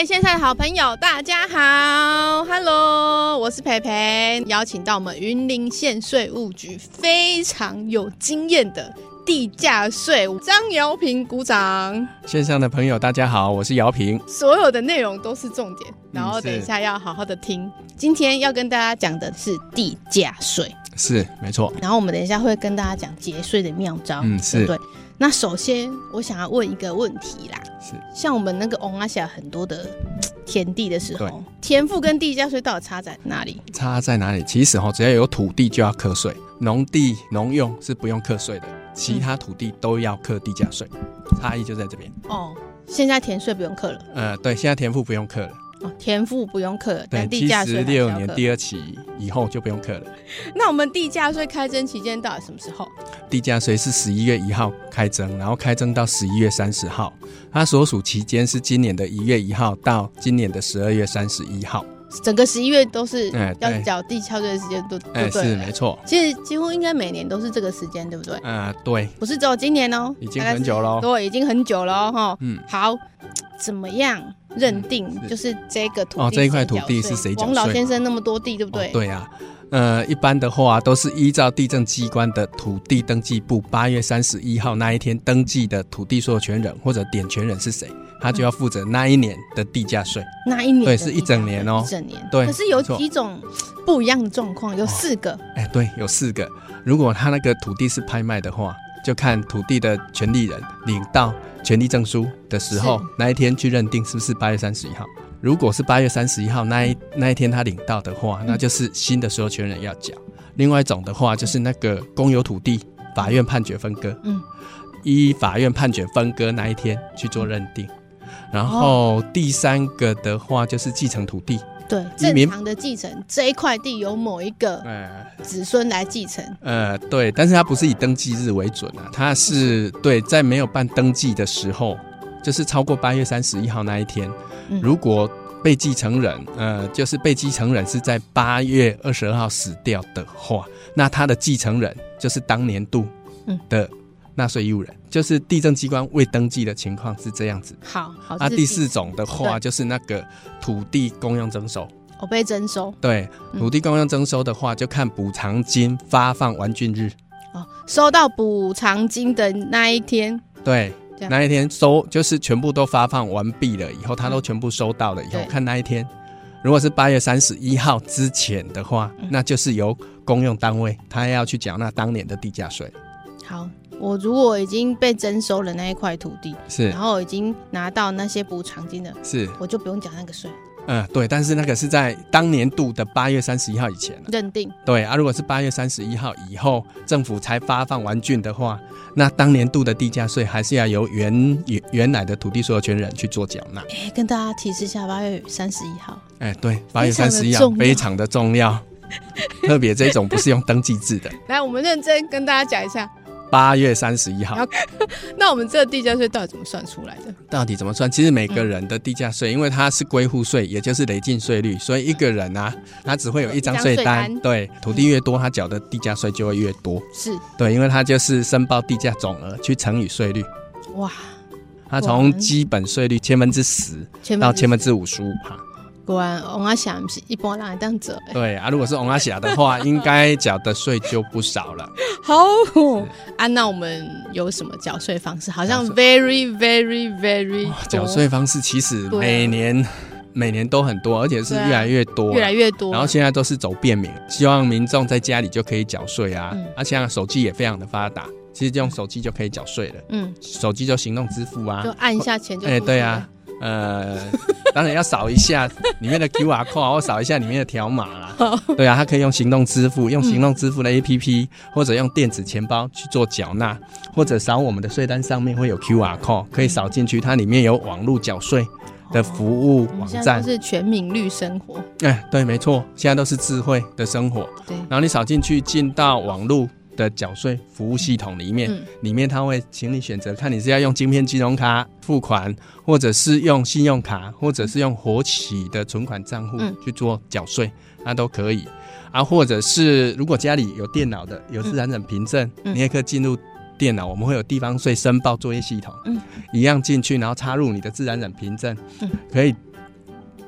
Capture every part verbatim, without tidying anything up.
位线上的好朋友大家好 Hello 我是培培，邀请到我们云林县税务局非常有经验的地价税张瑶平鼓掌。 线上的朋友大家好，我是瑶平。 所有的内容都是重点，然后等一下要好好的听、嗯、今天要跟大家讲的是地价税， 是没错， 然后我们等一下会跟大家讲节税的妙招， 嗯，是对。那首先我想要问一个问题啦， 是像我们那个翁阿峡很多的田地的时候，田赋跟地价税到底差在哪里？ 差在哪里？其实只要有土地就要课税，农地农用是不用课税的，其他土地都要课地价税、嗯、差异就在这边。哦， 现在田税不用课了？ 呃，对，现在田赋不用课了。 哦，田赋不用课了，但对， 地价税七十六年第二期以后就不用课了。 那我们地价税开征期间到底什么时候？ 地价税是十一月一号开征，然后开征到十一月三十号，它所属期间是今年的一月一号到今年的十二月三十一号。 整个十一月都是要缴地价税的时间，都对、欸、 是没错。其实几乎应该每年都是这个时间，对不对？ 呃，对， 不是只有今年哦， 已经很久了。 对，已经很久了哈。嗯，好，怎么样认定就是这个土地、哦、 这一块土地是谁缴税？ 王老先生那么多地，对不对？ 哦、对啊。呃，一般的话都是依照地政机关的土地登记簿八月三十一号那一天登记的土地所有权人或者点权人是谁，他就要负责那一年的地价税。 那一年对，是一整年哦， 一整年。 对， 可是有几种不一样的状况，有四个。 哎、哦，对，有四个。如果他那个土地是拍卖的话，就看土地的权利人领到权利证书的时候，那一天去认定是不是八月三十一号。如果是八月三十一号那一那一天他领到的话，那就是新的所有权人要缴。另外一种的话，就是那个公有土地法院判决分割，嗯，依法院判决分割那一天去做认定。然后第三个的话就是继承土地， 对，正常的继承这一块地由某一个子孙来继承。 呃，对，但是它不是以登记日为准啊，它是对在没有办登记的时候，就是超过八月三十一号那一天。如果被继承人呃，就是被继承人是在八月二十二号死掉的话，那他的继承人就是当年度的纳税义务人、嗯、就是地政机关未登记的情况是这样子。 好，好。 那、啊、第四种的话就是那个土地公用征收， 我、哦、被征收。 对，土地公用征收的话就看补偿金发放完竣日。 哦，收到补偿金的那一天。 对，那一天收就是全部都发放完毕了以后，他都全部收到了以后、嗯、看那一天，如果是八月三十一号之前的话、嗯、那就是由公用单位他要去缴纳当年的地价税。 好，我如果已经被征收了那一块土地， 是， 然后已经拿到那些补偿金了， 是， 我就不用缴那个税。 嗯，对，但是那个是在当年度的八月三十一号以前认定。 对啊，如果是八月三十一号以后政府才发放完竣的话，那当年度的地价税还是要由原原来的土地所有权人去做缴纳。 哎，跟大家提示一下，八月三十一号。 哎，对，八月三十一号非常的重要，特别这种不是用登记制的。 来，我们认真跟大家讲一下。 八月三十一号， 那我们这个地价税到底怎么算出来的？ 到底怎么算？其实每个人的地价税、嗯，因为它是归户税，也就是累进税率，所以一个人啊，他只会有一张税单。对，土地越多，他缴的地价税就会越多。是，对，因为他就是申报地价总额去乘以税率。哇，他从基本税率千分之十到千分之五十五趴。 果然翁阿峡不是一般人会这样做。 对啊，如果是翁阿峡的话应该缴的税就不少了。 好啊，那我们有什么缴税方式？好像 very very very 多缴税方式其实每年、啊、每年都很多，而且是越来越多、啊、 越来越多， 然后现在都是走便民，希望民众在家里就可以缴税啊、嗯、而且现在手机也非常的发达，其实用手机就可以缴税了。嗯，手机就行动支付啊， 就按一下钱就付。 哎、欸，对啊，呃，当然要扫一下里面的 Q R code 或扫一下里面的条码啦。对啊，它可以用行动支付，用行动支付的 A P P、嗯、或者用电子钱包去做缴纳，或者扫我们的税单上面会有 Q R code 可以扫进去，它里面有网络缴税的服务网站。 现在都是全民绿生活。 哎，对，没错，现在都是智慧的生活。对，然后你扫进去，进到网络的缴税服务系统里面、嗯、里面它会请你选择，看你是要用晶片金融卡付款，或者是用信用卡，或者是用活期的存款账户去做缴税、嗯、那都可以啊。或者是如果家里有电脑的，有自然人凭证、嗯、你也可以进入电脑，我们会有地方税申报作业系统、嗯、一样进去，然后插入你的自然人凭证、嗯、可以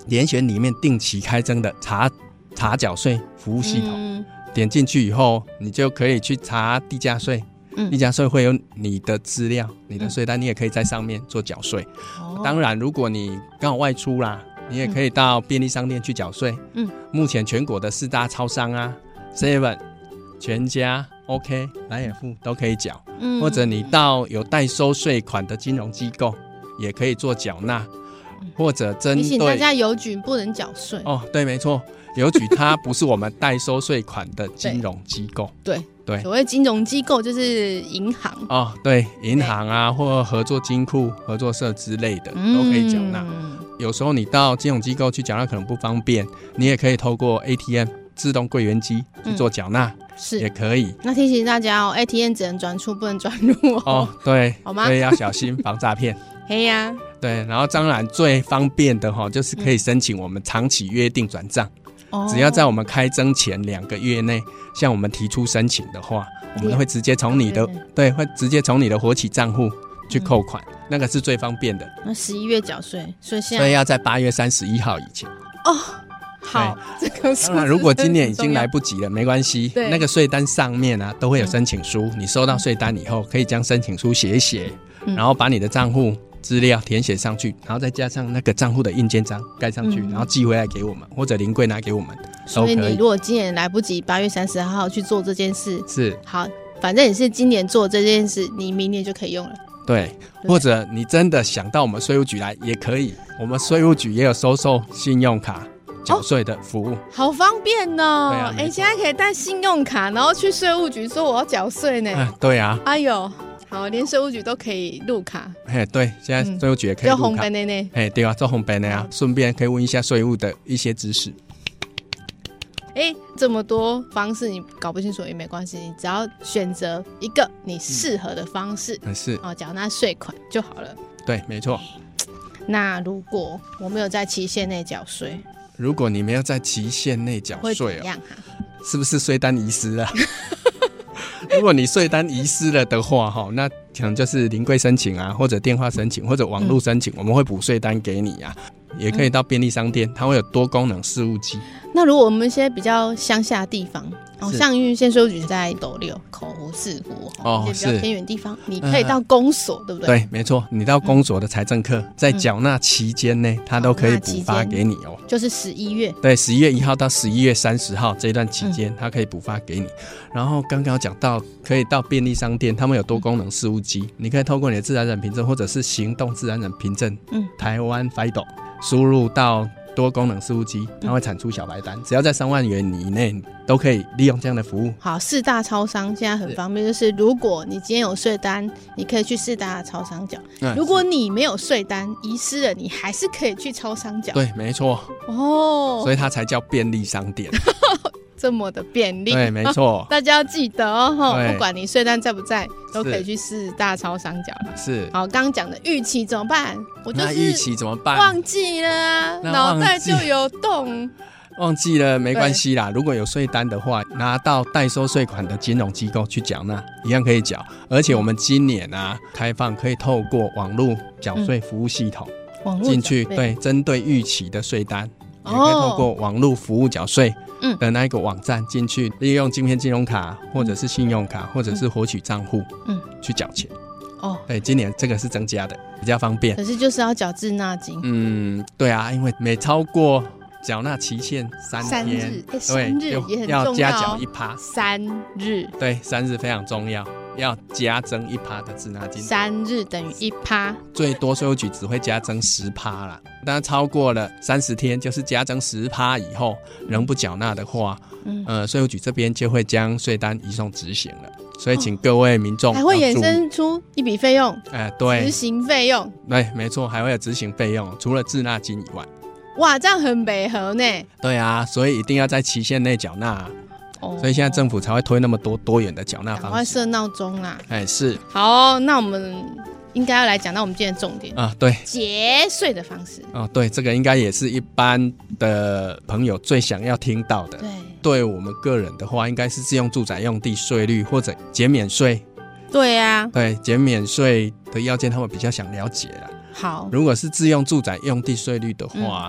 点选里面定期开征的查查缴税服务系统，嗯、点进去以后，你就可以去查地价税。嗯、地价税会有你的资料，你的税单，你也可以在上面做缴税。哦、当然，如果你刚好外出啦，你也可以到便利商店去缴税。嗯，目前全国的四大超商啊 ，seven、全家、OK、莱尔富都可以缴。嗯，或者你到有代收税款的金融机构，也可以做缴纳。或者针对提醒大家，邮局不能缴税。 哦，对，没错，邮局它不是我们代收税款的金融机构。 对。 对， 所谓金融机构就是银行哦，对，银行啊，或合作金库、合作社之类的、嗯、都可以缴纳。有时候你到金融机构去缴纳可能不方便，你也可以透过 A T M 自动柜员机去做缴纳，嗯、是也可以。 那提醒大家哦 ，A T M 只能转出不能转入哦。 哦，对， 好吗？ 所以要小心防诈骗。 嘿呀、啊， 对，然后当然最方便的哈、哦，就是可以申请我们长期约定转账。嗯、只要在我们开征前两个月内向我们提出申请的话，我们会直接从你的 对, 对会直接从你的活期账户去扣款、嗯、那个是最方便的。 那十一月缴税，所以现在所以要在八月三十一号以前哦。好，这个当然如果今年已经来不及了没关系，那个税单上面啊都会有申请书、嗯、你收到税单以后可以将申请书写一写、嗯、然后把你的账户资料填写上去，然后再加上那个账户的印鉴章盖上去、嗯、然后寄回来给我们，或者临柜拿给我们。 所以你如果今年来不及八月三十号去做这件事， 是好， 反正也是今年做这件事，你明年就可以用了。 对，或者你真的想到我们税务局来也可以，我们税务局也有收受信用卡缴税的服务、哦、 好方便哦。哎、啊欸，现在可以带信用卡然后去税务局说我要缴税呢、 啊、对啊， 哎呦，好，连税务局都可以录卡。 嘿，对，现在税务局也可以录卡， 做红本的呢。 嘿，对啊，做红本的啊，顺便可以问一下税务的一些知识。 哎，这么多方式你搞不清楚也没关系，你只要选择一个你适合的方式， 嗯、是哦，缴纳税款就好了。 对，没错。 那如果我没有在期限内缴税， 如果你没有在期限内缴税、哦， 会怎样啊？ 是不是税单遗失了？如果你税单遗失了的话，那可能就是临柜申请啊，或者电话申请，或者网络申请，嗯、我们会补税单给你啊。也可以到便利商店，它会有多功能事务机。 那如果我们一些比较乡下的地方，哦，像因为县税务局在斗六、口湖、四湖，哦，一些比较偏远地方，你可以到公所、呃，对不对？ 对，没错，你到公所的财政课，嗯、在缴纳期间内，它都可以补发给你哦。 就是十一月， 对，十一月一号到十一月三十号这一段期间，嗯、它可以补发给你。然后刚刚讲到，可以到便利商店，他们有多功能事务机，你可以透过你的自然人凭证或者是行动自然人凭证，嗯，台湾 F I D O。输入到多功能事务机，它会产出小白单、嗯、只要在三万元以内都可以利用这样的服务。 好，四大超商现在很方便，就是如果你今天有税单，你可以去四大超商缴、嗯、如果你没有税单遗失了，你还是可以去超商缴。 对，没错哦，所以它才叫便利商店。 这么的便利， 对，没错， 大家要记得哦，不管你税单在不在，都可以去四大超商缴了。是，好，刚刚讲的逾期怎么办？我就是逾期怎么办？ 忘记了啊，脑袋就有洞。 忘记了没关系啦，如果有税单的话，拿到代收税款的金融机构去缴纳，一样可以缴。而且我们今年啊，开放可以透过网络缴税服务系统进、嗯、去，对，针对逾期的税单。也可以透过网络服务缴税的那一个网站进去，利用晶片金融卡或者是信用卡或者是活取账户去缴钱。哦，对，今年这个是增加的，比较方便。 可是就是要缴滞纳金。 嗯，对啊，因为每超过缴纳期限三天， 三日，欸、三日也很重要，要加缴一趴。 三日， 对，三日非常重要。要加征一趴的滞纳金， 三日等于一趴， 最多税务局只会加征十趴啦。当然超过了三十天，就是加征十趴以后仍不缴纳的话，嗯，呃，税务局这边就会将税单移送执行了。所以请各位民众、哦、 还会衍生出一笔费用， 哎、呃，对， 执行费用， 对，没错，还会有执行费用，除了滞纳金以外。 哇，这样很违和呢。 对啊，所以一定要在期限内缴纳。所以现在政府才会推那么多多元的缴纳方式，赶快设闹钟啦！ 哎，是。 好，那我们应该要来讲到我们今天的重点啊，对， 节税的方式。 哦，对，这个应该也是一般的朋友最想要听到的。对，对我们个人的话，应该是自用住宅用地税率或者减免税。 对啊， 对，减免税的要件他们比较想了解啦。 好， 如果是自用住宅用地税率的话。嗯，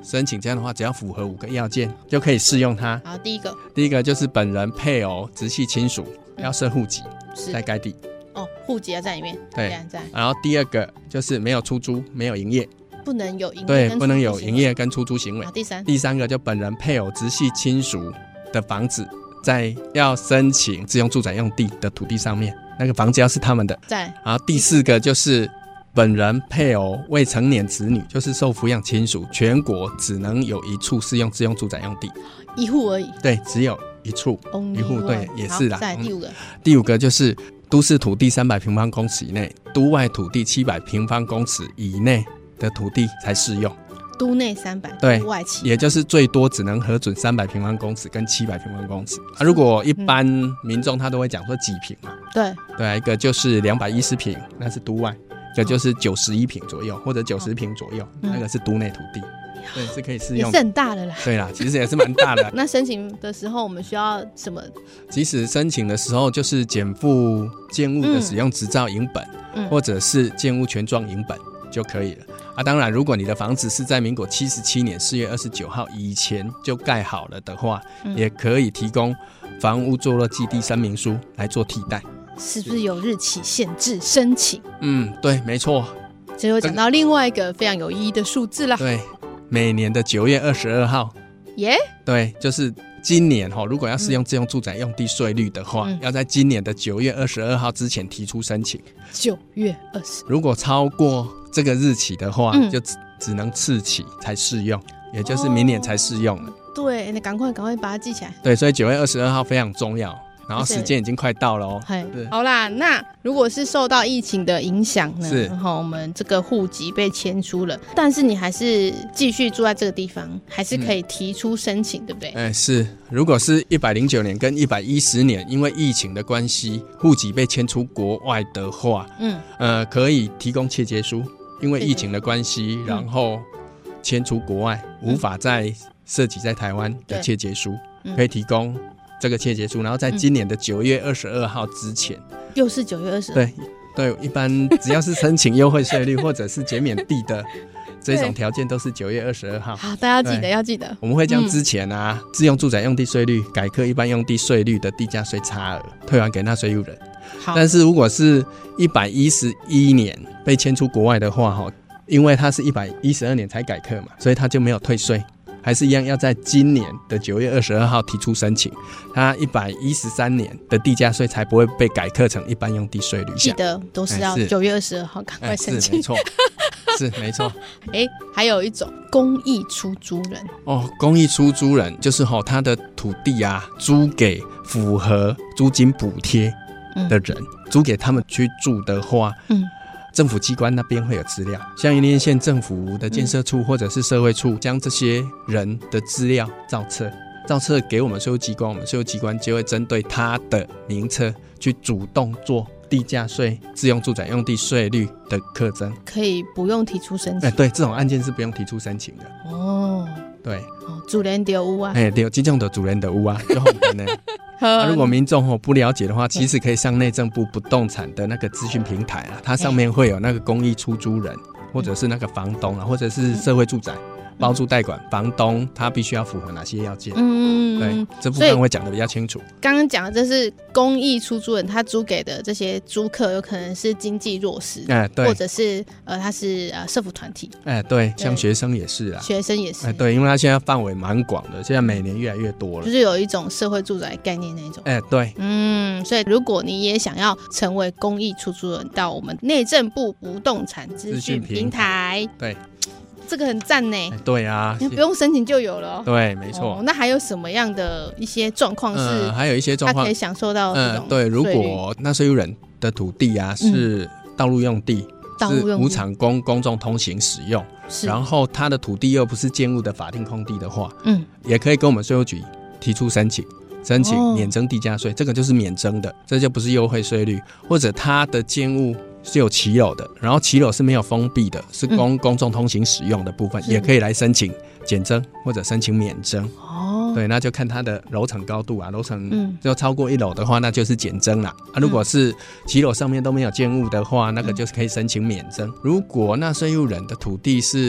申请这样的话，只要符合五个要件就可以适用它。 好，第一个， 第一个就是本人、配偶、直系亲属要设户籍是在该地， 哦，户籍要在里面， 对这样在， 然后第二个就是没有出租、没有营业， 不能有营业对， 跟不能有出租行为营业跟出租行为好，。第三， 第三个就本人、配偶、直系亲属的房子在要申请自用住宅用地的土地上面，那个房子要是他们的。 在然后第四个就是本人、配偶、未成年子女，就是受抚养亲属，全国只能有一处适用自用住宅用地， 一户而已， 对，只有一处。 Only 一户 one 对也是啦好再来第五个， 第五个就是都市土地三百平方公尺以内，都外土地七百平方公尺以内的土地才适用， 都内三百， 对都外七， 也就是最多只能核准三百平方公尺跟七百平方公尺。啊，如果一般民众他都会讲说几平嘛， 对， 对啊，一个就是两百一十平，那是都外；一个就是九十一平左右或者九十平左右， 嗯那个是都内土地，对，是可以适也是用的。 很大的啦。 对啦，其实也是蛮大的。 那申请的时候，我们需要什么？ 即使申请的时候，就是减负建物的使用执照影本， 嗯或者是建物权状影本就可以了。啊，当然，如果你的房子是在民国七十七年四月二十九号以前就盖好了的话， 嗯也可以提供房屋坐落基地声明书来做替代。 是不是有日期限制申请？ 嗯，对，没错， 这又讲到另外一个非常有意义的数字啦。 对，每年的九月二十二号， 耶， 对，就是今年哈，如果要适用自用住宅用地税率的话， 嗯要在今年的九月二十二号之前提出申请。 九月二十， 如果超过这个日期的话， 嗯就只只能次期才适用，也就是明年才适用了。 对，你赶快赶快把它记起来。 对，所以九月二十二号非常重要，然后是时间已经快到了哦。 嘿是， 好啦，那如果是受到疫情的影响呢？ 是然后我们这个户籍被迁出了，但是你还是继续住在这个地方，还是可以提出申请，对不对？ 哎，是，如果是一百零九年跟一百一十年，因为疫情的关系，户籍被迁出国外的话， 嗯， 呃，可以提供切结书，因为切结疫情的关系，然后迁出国外， 嗯无法再涉及在台湾的对切结书， 嗯可以提供这个切结书，然后在今年的九月二十二号之前， 又是九月二十， 对对，一般只要是申请优惠税率或者是减免地的这种条件，都是九月二十二号。 好，大家要记得对要记得。 我们会将之前啊、自用住宅用地税率改课一般用地税率的地价税差额退还给纳税人。 好， 但是如果是一百一十一年被迁出国外的话，哈，因为它是一百一十二年才改课嘛，所以它就没有退税，还是一样要在今年的九月二十二号提出申请，它一百一十三年的地价税才不会被改课成一般用地税率下。 记得都是要哎是九月二十二号赶快哎， 申请。 是没错，是没错。 哎，还有一种公益出租人， 哦，公益出租人就是吼、他的土地啊租给符合租金补贴的人，租给他们去住的话， 嗯， 政府机关那边会有资料，像云林县政府的建设处或者是社会处，将这些人的资料造册，造册给我们税务机关，我们税务机关就会针对他的名册去主动做地价税、自用住宅用地税率的课征。 可以不用提出申哎， 请。 对，这种案件是不用提出申请的。 哦， 对， 哦，主人丢屋啊， 哎，对，这种的主人的屋啊，就红灯呢。啊、如果民众哦不了解的话，其实可以上内政部不动产的那个资讯平台啊，它上面会有那个公益出租人，或者是那个房东啊，或者是社会住宅包租代管，房东他必须要符合哪些要件？ 嗯， 对，这部所以分会讲得比较清楚。 刚刚讲的这是公益出租人，他租给的这些租客有可能是经济弱势， 哎，对或，者是呃他是呃社福团体， 哎，对， 对像学生也是啊， 学生也是， 哎，对，因为它现在范围蛮广的，现在每年越来越多了。 就是有一种社会住宅概念那种。 哎，对， 嗯，所以如果你也想要成为公益出租人，到我们内政部不动产资讯平台， 对， 这个很赞呢， 哎，对啊， 你不用申请就有了哦。 对，没错哦。那还有什么样的一些状况是嗯，还有一些状况他可以，享受到这种嗯，对，如税率果纳税人的土地啊是道路用地，是道路用地无偿供公众通行使用， 是然后他的土地又不是建物的法定空地的话， 嗯也可以跟我们税务局提出申请，申请哦免征地价税，这个就是免征的，这就不是优惠税率。或者他的建物是有骑楼的，然后骑楼是没有封闭的，是供公众通行使用的部分， 是也可以来申请减征或者申请免征。 哦， 对，那就看它的楼层高度啊，楼层嗯就超过一楼的话，那就是减征啦。啊，如果是骑楼上面都没有建物的话，那个就是可以申请免征。如果纳税人的土地是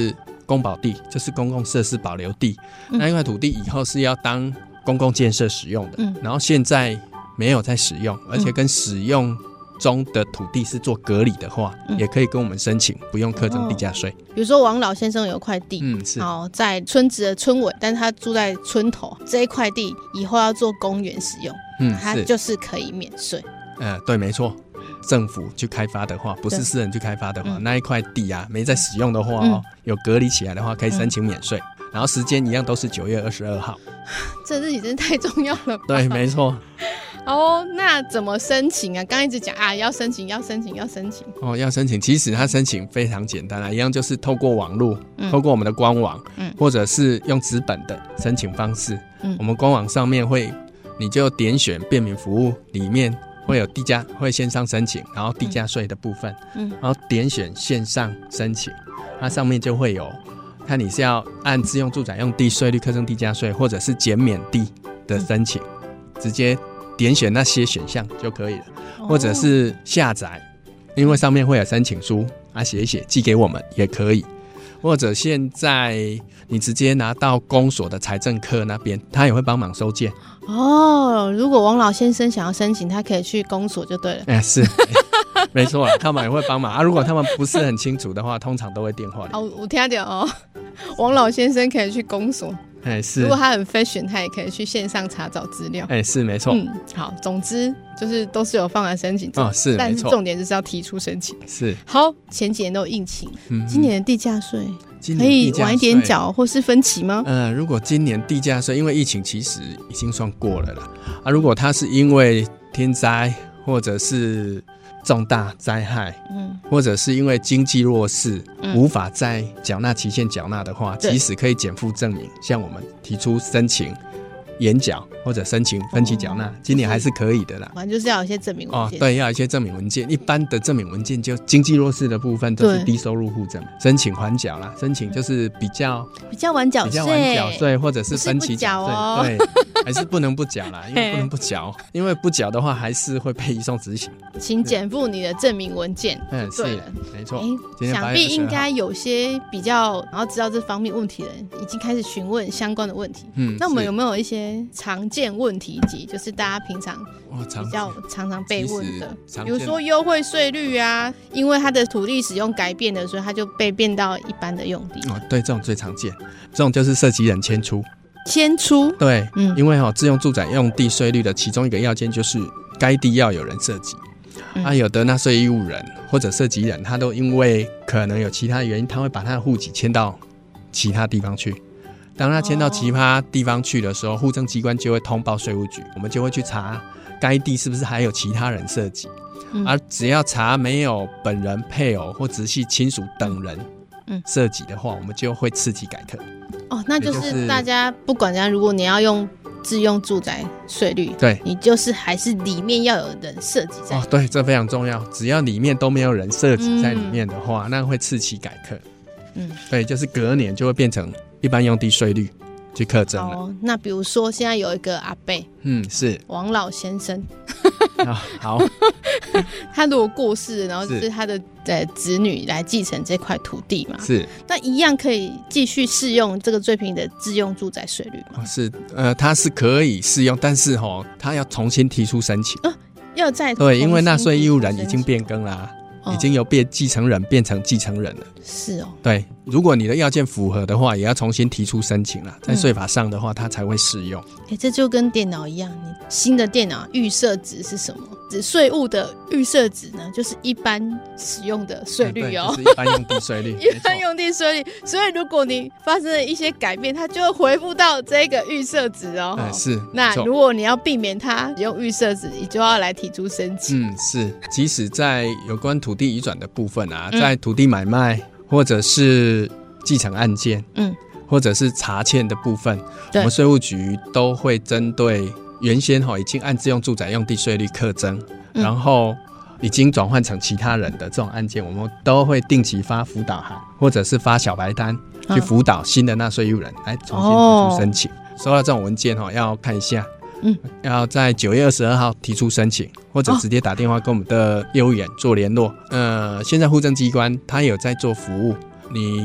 公保地，就是公共设施保留地， 嗯、 那一块土地以后是要当公共建设使用的，嗯、然后现在没有在使用，而且跟使用中的土地是做隔离的话，嗯、也可以跟我们申请，不用课征地价税。哦、 比如说王老先生有块地， 嗯，是， 哦，在村子的村尾，但是他住在村头，这一块地以后要做公园使用，嗯，他就是可以免税。 呃，对，没错。政府去开发的话，不是私人去开发的话，嗯、那一块地啊没在使用的话，哦，嗯、有隔离起来的话，可以申请免税。嗯、然后时间一样都是九月二十二号。 这日期真的太重要了吧？ 对，没错。 哦，那怎么申请啊？刚一直讲啊，要申请，要申请，要申请。 哦，要申请，其实它申请非常简单啊，一样就是透过网络，嗯、透过我们的官网，嗯、或者是用纸本的申请方式。嗯、我们官网上面会，你就点选便民服务里面。会有地价，会线上申请，然后地价税的部分，嗯，然后点选线上申请，它上面就会有，看你是要按自用住宅用地税率课征地价税，或者是减免地的申请，嗯、直接点选那些选项就可以了，哦、或者是下载，因为上面会有申请书，啊写一写寄给我们也可以，或者现在你直接拿到公所的财政科那边，他也会帮忙收件。 哦，如果王老先生想要申请，他可以去公所就对了。 哎，是，没错啦，他们也会帮忙啊。如果他们不是很清楚的话，通常都会电话里。 哦，我听到哦，王老先生可以去公所。 哎，是。 如果他很 fashion， 他也可以去线上查找资料。 哎，是没错。 嗯，好，总之就是都是有放在申请哦，是， 但是重点就是要提出申请。 是。 好，前几年都有疫情，嗯、今年的地价税。可以晚一点缴，或是分期吗？ 呃，如果今年地价税因为疫情其实已经算过了啦，啊，如果它是因为天灾或者是重大灾害，嗯，或者是因为经济弱势、嗯、无法在缴纳期限缴纳的话，其实可以减负证明，向我们提出申请延缴或者申请分期缴纳，哦、今年还是可以的啦。 反正就是要有一些证明文件。 哦，对，要有一些证明文件。一般的证明文件就经济弱势的部分都是低收入户证，申请缓缴啦，申请就是比较比较晚缴税， 比较晚缴税或者是分期缴税， 哦、对，还是不能不缴啦，因为不能不缴，因为不缴的话还是会被移送执行。 请减负你的证明文件。 嗯，是，没错。 想必应该有些比较然后知道这方面问题的人，已经开始询问相关的问题。嗯，那我们有没有一些常见问题集，就是大家平常比较常常被问的，比如说优惠税率啊，因为它的土地使用改变了，所以它就被变到一般的用地。 哦，对，这种最常见，这种就是涉及人迁出。 迁出？ 对，嗯，因为哦，自用住宅用地税率的其中一个要件就是该地要有人涉及。嗯、啊，有的纳税义务人或者涉及人，他都因为可能有其他原因，他会把他的户籍迁到其他地方去。当他迁到其他地方去的时候，户政机关就会通报税务局，我们就会去查该地是不是还有其他人涉及，嗯、而只要查没有本人、配偶或直系亲属等人涉及的话，我们就会刺激改课。 哦，那就是大家不管怎样，如果你要用自用住宅税率， 对， 你就是还是里面要有人涉及在。 哦，对，这非常重要。只要里面都没有人涉及在里面的话，嗯、那会刺激改课。嗯，对，就是隔年就会变成一般用地税率去课征了。 哦，那比如说现在有一个阿伯， 嗯，是王老先生。 哦、好， 他如果过世，然后就是他的呃子女来继承这块土地嘛， 是， 那一样可以继续适用这个最便宜的自用住宅税率吗？ 哦、是，呃，他是可以适用，但是哦，他要重新提出申请， 呃、要再对，因为纳税义务人已经变更啦、啊。已经由变继承人变成继承人了， 是哦。 对，如果你的要件符合的话，也要重新提出申请啦，在税法上的话，它才会适用。 哎、欸，这就跟电脑一样，你新的电脑预设值是什么？指税务的预设值呢，就是一般使用的税率哦， 就是一般用地税率， 一般用地税率。所以如果你发生了一些改变，它就会回复到这个预设值哦。 嗯，是。 那如果你要避免它用预设值，你就要来提出申请。 嗯，是。即使在有关土地移转的部分啊，在土地买卖或者是继承案件，嗯，或者是查欠的部分，我们税务局都会针对原先已经按自用住宅用地税率课征、嗯、然后已经转换成其他人的这种案件，我们都会定期发辅导函或者是发小白单、啊、去辅导新的纳税义务人来重新提出申请、哦、收到这种文件要看一下，嗯，要在九月二十二号提出申请，或者直接打电话跟我们的业务员做联络、哦、呃，现在户政机关他有在做服务，你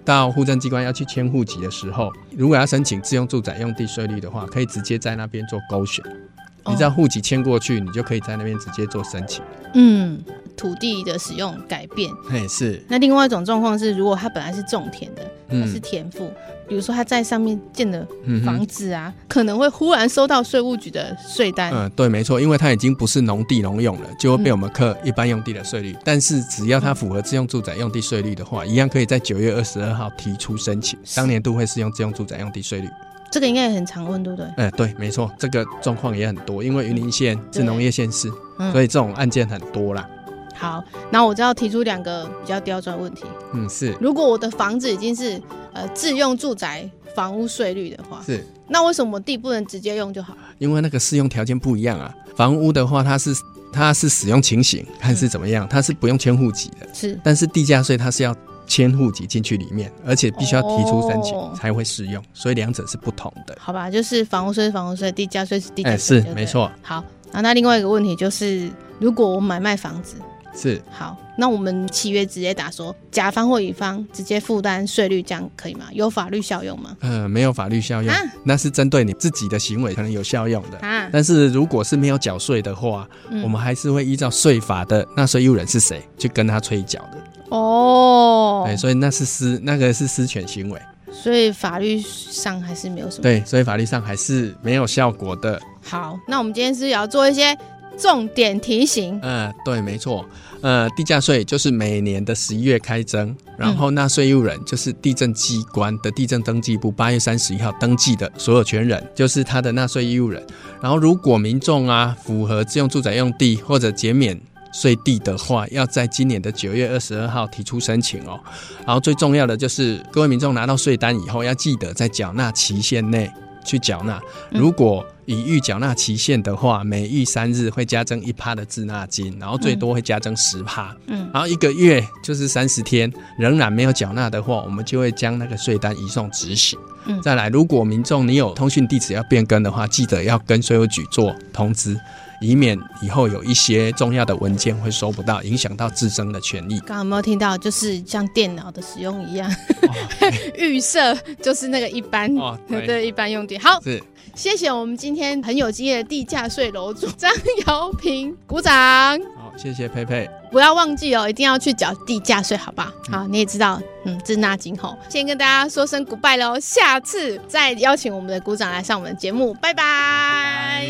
到户政机关要去迁户籍的时候，如果要申请自用住宅用地税率的话，可以直接在那边做勾选。你只要户籍迁过去，你就可以在那边直接做申请。 嗯，土地的使用改变。 嘿，是。 那另外一种状况是，如果他本来是种田的，他是田赋、嗯，比如说他在上面建的房子啊、嗯，可能会忽然收到税务局的税单。 嗯，对，没错，因为它已经不是农地农用了，就会被我们课一般用地的税率、嗯。但是只要它符合自用住宅用地税率的话，一样可以在九月二十二号提出申请，当年度会适用自用住宅用地税率。 这个应该也很常问，对不对？ 哎、嗯，对，没错，这个状况也很多，因为云林县是农业县市、嗯，所以这种案件很多啦。 好，那我就要提出两个比较刁钻的问题。 嗯，是。如果我的房子已经是呃自用住宅房屋税率的话， 是。 那为什么地不能直接用就好？ 因为那个适用条件不一样啊。房屋的话，它是它是使用情形看是怎么样，嗯、它是不用迁户籍的。是。但是地价税它是要迁户籍进去里面，而且必须要提出申请才会适用、哦，所以两者是不同的。 好吧，就是房屋税是房屋税，地价税是地价税、欸，是没错。 好，那另外一个问题就是，如果我买卖房子， 是好，那我们契约直接打说，甲方或乙方直接负担税率，这样可以吗？有法律效用吗？ 呃，没有法律效用，啊、那是针对你自己的行为可能有效用的。 啊、 但是如果是没有缴税的话、嗯，我们还是会依照税法的纳税义务人是谁去跟他催缴的。 哦， 对，所以那是私那个是私权行为， 所以法律上还是没有什么。 对，所以法律上还是没有效果的。 好，那我们今天是要做一些重点提醒。 嗯、呃，对，没错。呃，地价税就是每年的十一月开征，然后纳税义务人就是地政机关的地政登记部八月三十一号登记的所有权人，就是他的纳税义务人。然后如果民众啊符合自用住宅用地或者减免税地的话，要在今年的九月二十二号提出申请哦。然后最重要的就是各位民众拿到税单以后，要记得在缴纳期限内去缴纳。如果已逾缴纳期限的话，每逾三日会加征一趴的滞纳金，然后最多会加征十趴。嗯，然后一个月就是三十天，仍然没有缴纳的话，我们就会将那个税单移送执行。嗯，再来，如果民众你有通讯地址要变更的话，记得要跟税务局做通知，以免以后有一些重要的文件会收不到，影响到自身的权利。 刚刚有没有听到，就是像电脑的使用一样，预设就是那个一般、哦、对, 对一般用地。好，是谢谢我们今天很有经验的地价税楼主张瑶平，鼓掌。 好，谢谢佩佩。 不要忘记哦，一定要去缴地价税，好吧？嗯、好，你也知道，嗯，滞纳金吼。先跟大家说声 goodbye 喽，下次再邀请我们的股长来上我们的节目，拜拜。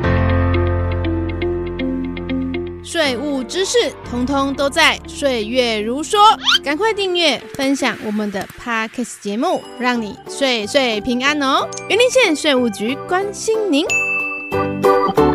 税务知识通通都在岁月如说，赶快订阅分享我们的 Podcast 节目，让你岁岁平安哦。云林县税务局关心您。